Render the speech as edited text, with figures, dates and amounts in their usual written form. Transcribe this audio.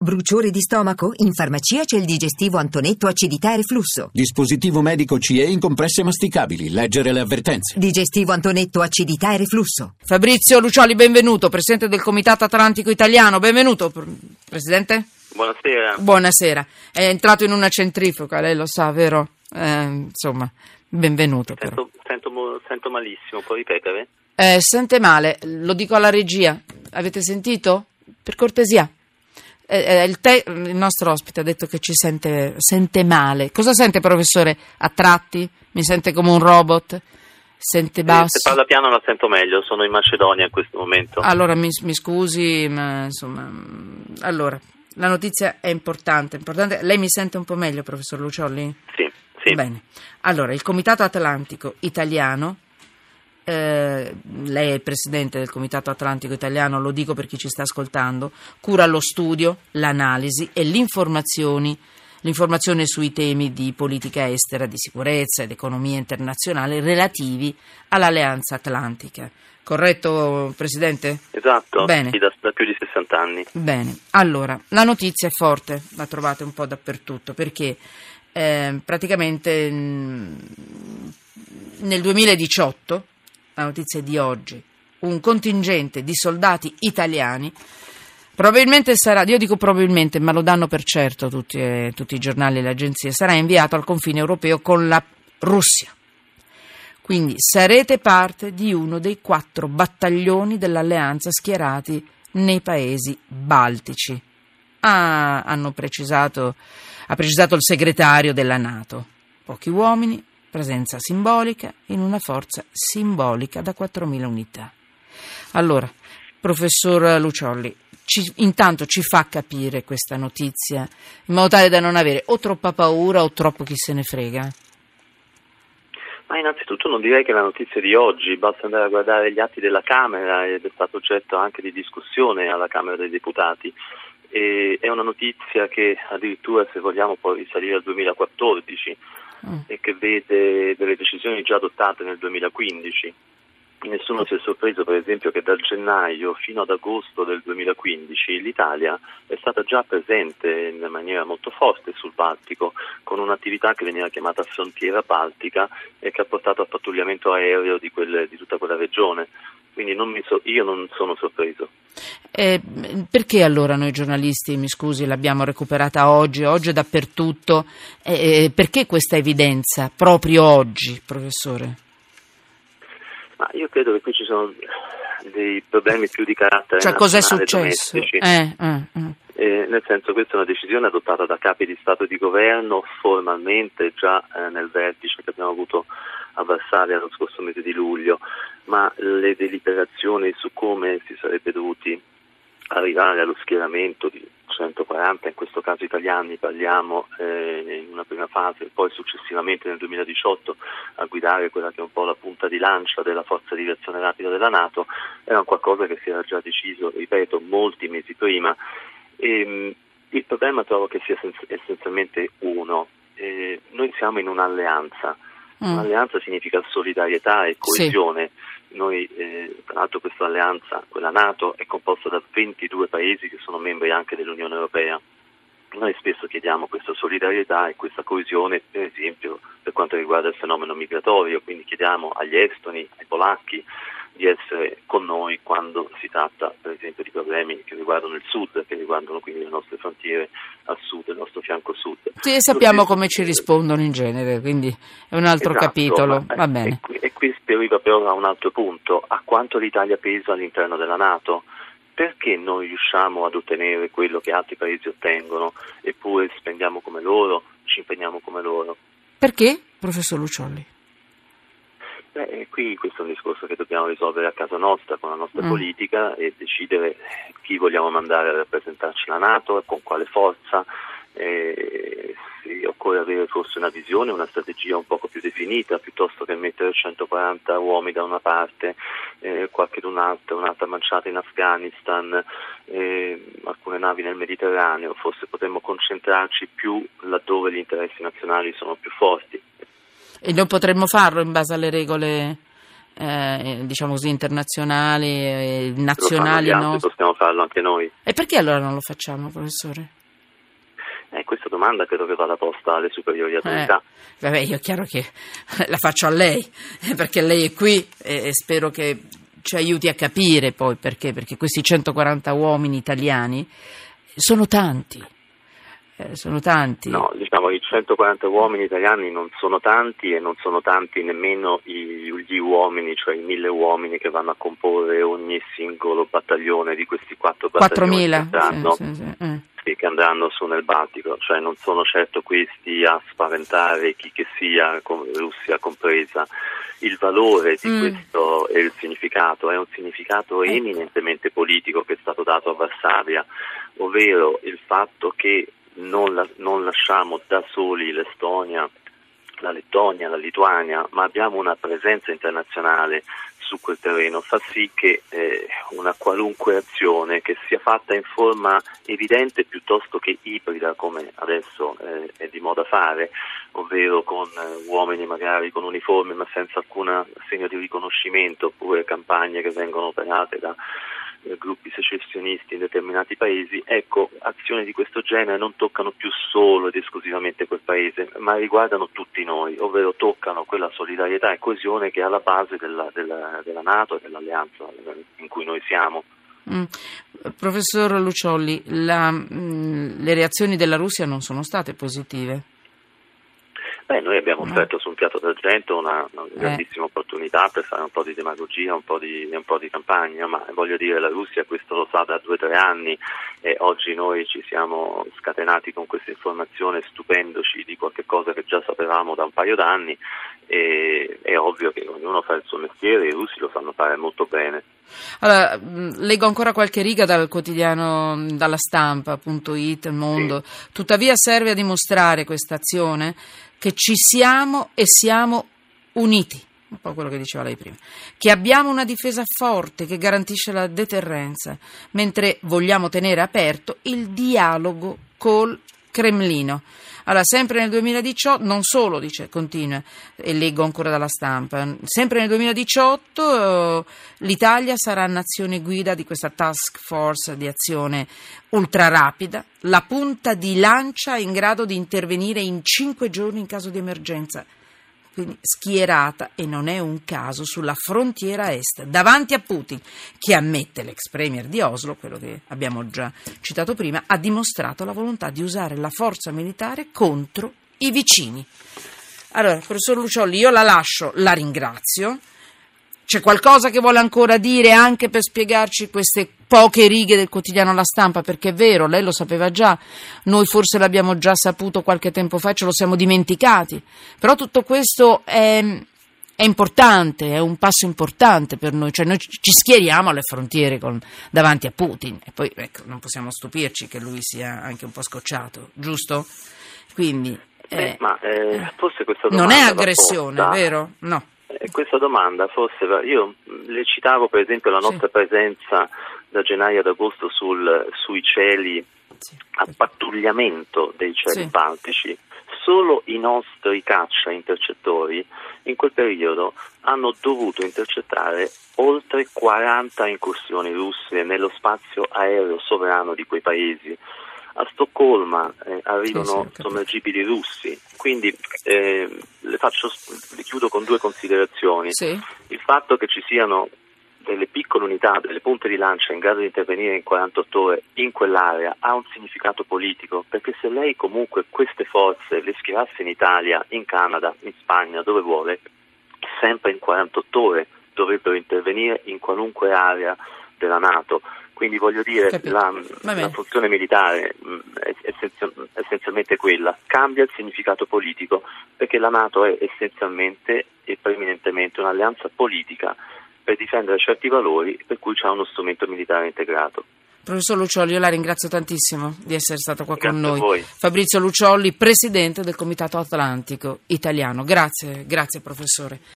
Bruciore di stomaco? In farmacia c'è il digestivo Antonetto acidità e reflusso. Dispositivo medico CE in compresse masticabili. Leggere le avvertenze. Digestivo Antonetto acidità e reflusso. Fabrizio Lucioli, benvenuto, presidente del Comitato Atlantico Italiano. Benvenuto, presidente. Buonasera. Buonasera. È entrato in una centrifuga, lei lo sa, vero? Insomma, benvenuto. Sento malissimo, può ripetere? Sente male, lo dico alla regia. Avete sentito? Per cortesia. Il nostro ospite ha detto che ci sente male. Cosa sente, professore? A tratti? Mi sente come un robot? Sente basso? Se parla piano la sento meglio, sono in Macedonia in questo momento. Allora mi scusi, ma insomma, allora, la notizia è importante. Lei mi sente un po' meglio, professor Lucioli? Sì. Bene. Allora, il Comitato Atlantico Italiano, lei è il presidente del Comitato Atlantico Italiano, lo dico per chi ci sta ascoltando, cura lo studio, l'analisi e l'informazione sui temi di politica estera, di sicurezza ed economia internazionale relativi all'Alleanza Atlantica. Corretto, Presidente? Esatto, bene. Sì, da più di 60 anni. Bene, allora, la notizia è forte, la trovate un po' dappertutto, perché praticamente nel 2018, la notizia è di oggi, un contingente di soldati italiani probabilmente sarà, io dico probabilmente, ma lo danno per certo tutti i giornali e le agenzie, sarà inviato al confine europeo con la Russia. Quindi sarete parte di uno dei 4 battaglioni dell'alleanza schierati nei paesi baltici. Ha precisato il segretario della NATO. Pochi uomini, presenza simbolica in una forza simbolica da 4.000 unità. Allora, professor Lucioli, intanto ci fa capire questa notizia in modo tale da non avere o troppa paura o troppo chi se ne frega? Ma innanzitutto non direi che la notizia di oggi, basta andare a guardare gli atti della Camera ed è stato oggetto anche di discussione alla Camera dei Deputati. E è una notizia che addirittura, se vogliamo, può risalire al 2014 e che vede delle decisioni già adottate nel 2015. Nessuno si è sorpreso, per esempio, che dal gennaio fino ad agosto del 2015 l'Italia è stata già presente in maniera molto forte sul Baltico, con un'attività che veniva chiamata frontiera baltica e che ha portato al pattugliamento aereo di tutta quella regione. Quindi io non sono sorpreso. Perché allora noi giornalisti, mi scusi, l'abbiamo recuperata oggi è dappertutto, perché questa evidenza proprio oggi, professore? Ma io credo che qui ci sono dei problemi più di carattere nazionale, cos'è successo? Nel senso, questa è una decisione adottata da capi di Stato e di Governo formalmente già nel vertice che abbiamo avuto a Varsavia lo scorso mese di luglio, ma le deliberazioni su come si sarebbe dovuti arrivare allo schieramento di 140, in questo caso italiani, parliamo in una prima fase, e poi successivamente nel 2018 a guidare quella che è un po' la punta di lancia della forza di reazione rapida della NATO, era qualcosa che si era già deciso, ripeto, molti mesi prima. Il problema trovo che sia essenzialmente uno. Noi siamo in un'alleanza. Un'alleanza significa solidarietà e coesione. Sì. Noi, tra l'altro, questa alleanza, quella NATO, è composta da 22 paesi che sono membri anche dell'Unione Europea. Noi spesso chiediamo questa solidarietà e questa coesione, per esempio, per quanto riguarda il fenomeno migratorio, quindi chiediamo agli estoni, ai polacchi, di essere con noi quando si tratta, per esempio, di problemi che riguardano il sud, che riguardano quindi le nostre frontiere al sud, il nostro fianco sud. Sì, sappiamo come ci rispondono in genere, quindi è un altro capitolo, va bene. E qui si arriva però a un altro punto, a quanto l'Italia pesa all'interno della NATO. Perché non riusciamo ad ottenere quello che altri paesi ottengono, eppure spendiamo come loro, ci impegniamo come loro? Perché, professor Lucioli? Qui questo è un discorso che dobbiamo risolvere a casa nostra, con la nostra politica, e decidere chi vogliamo mandare a rappresentarci la NATO, con quale forza. Occorre avere forse una visione, una strategia un poco più definita, piuttosto che mettere 140 uomini da una parte, qualche un'altra manciata in Afghanistan, alcune navi nel Mediterraneo. Forse potremmo concentrarci più laddove gli interessi nazionali sono più forti. E noi potremmo farlo in base alle regole diciamo così, internazionali, nazionali, no? Possiamo farlo anche noi. E perché allora non lo facciamo, professore? Questa domanda credo che vada posta alle superiori autorità. Vabbè, io è chiaro che la faccio a lei, perché lei è qui e spero che ci aiuti a capire poi perché questi 140 uomini italiani sono tanti. No, diciamo i 140 uomini italiani non sono tanti e non sono tanti nemmeno gli uomini, cioè i 1000 uomini che vanno a comporre ogni singolo battaglione di questi 4 battaglioni 4.000 che andranno su nel Baltico, cioè non sono certo questi a spaventare chi che sia, Russia compresa. Il valore di questo e il significato è un significato eminentemente politico che è stato dato a Varsavia, ovvero il fatto che non lasciamo da soli l'Estonia, la Lettonia, la Lituania, ma abbiamo una presenza internazionale su quel terreno, fa sì che una qualunque azione che sia fatta in forma evidente piuttosto che ibrida, come adesso è di moda fare, ovvero con uomini magari con uniforme ma senza alcun segno di riconoscimento, oppure campagne che vengono operate da gruppi secessionisti in determinati paesi, ecco, azioni di questo genere non toccano più solo ed esclusivamente quel paese, ma riguardano tutti noi, ovvero toccano quella solidarietà e coesione che è alla base della NATO e dell'alleanza in cui noi siamo. Professor Luciolli, le reazioni della Russia non sono state positive? Noi abbiamo offerto su un piatto d'argento una grandissima opportunità per fare un po' di demagogia, un po' di campagna, ma voglio dire, la Russia questo lo sa da 2 o 3 anni e oggi noi ci siamo scatenati con questa informazione stupendoci di qualche cosa che già sapevamo da un paio d'anni e è ovvio che ognuno fa il suo mestiere e i russi lo sanno fare molto bene. Allora, leggo ancora qualche riga dal quotidiano Dalla Stampa.it, Il Mondo. Sì. Tuttavia serve a dimostrare questa azione che ci siamo e siamo uniti, un po' quello che diceva lei prima, che abbiamo una difesa forte che garantisce la deterrenza, mentre vogliamo tenere aperto il dialogo col Cremlino. Allora, sempre nel 2018, non solo, dice, continua, e leggo ancora Dalla Stampa, sempre nel 2018 l'Italia sarà nazione guida di questa task force di azione ultra rapida, la punta di lancia in grado di intervenire in 5 giorni in caso di emergenza, quindi schierata, e non è un caso, sulla frontiera est, davanti a Putin, che ammette, l'ex premier di Oslo, quello che abbiamo già citato prima, ha dimostrato la volontà di usare la forza militare contro i vicini. Allora, professor Luciolli, io la lascio, la ringrazio. C'è qualcosa che vuole ancora dire anche per spiegarci queste poche righe del quotidiano La Stampa? Perché è vero, lei lo sapeva già, noi forse l'abbiamo già saputo qualche tempo fa e ce lo siamo dimenticati, però tutto questo è importante, è un passo importante per noi, cioè noi ci schieriamo alle frontiere davanti a Putin e poi ecco, non possiamo stupirci che lui sia anche un po' scocciato, giusto? Quindi forse questa domanda non è aggressione, vero? No. Questa domanda forse, io le citavo per esempio la nostra presenza da gennaio ad agosto sui cieli a pattugliamento dei cieli baltici. Solo i nostri caccia intercettori in quel periodo hanno dovuto intercettare oltre 40 incursioni russe nello spazio aereo sovrano di quei paesi. A Stoccolma arrivano sommergibili russi, quindi le chiudo con 2 considerazioni. Sì. Il fatto che ci siano delle piccole unità, delle punte di lancia in grado di intervenire in 48 ore in quell'area ha un significato politico, perché se lei comunque queste forze le schierasse in Italia, in Canada, in Spagna, dove vuole, sempre in 48 ore dovrebbero intervenire in qualunque area della NATO. Quindi voglio dire, la funzione militare è essenzialmente quella, cambia il significato politico, perché la NATO è essenzialmente e preminentemente un'alleanza politica per difendere certi valori, per cui c'è uno strumento militare integrato. Professor Luciolli, io la ringrazio tantissimo di essere stato qua con noi. Voi. Fabrizio Luciolli, presidente del Comitato Atlantico Italiano. Grazie professore.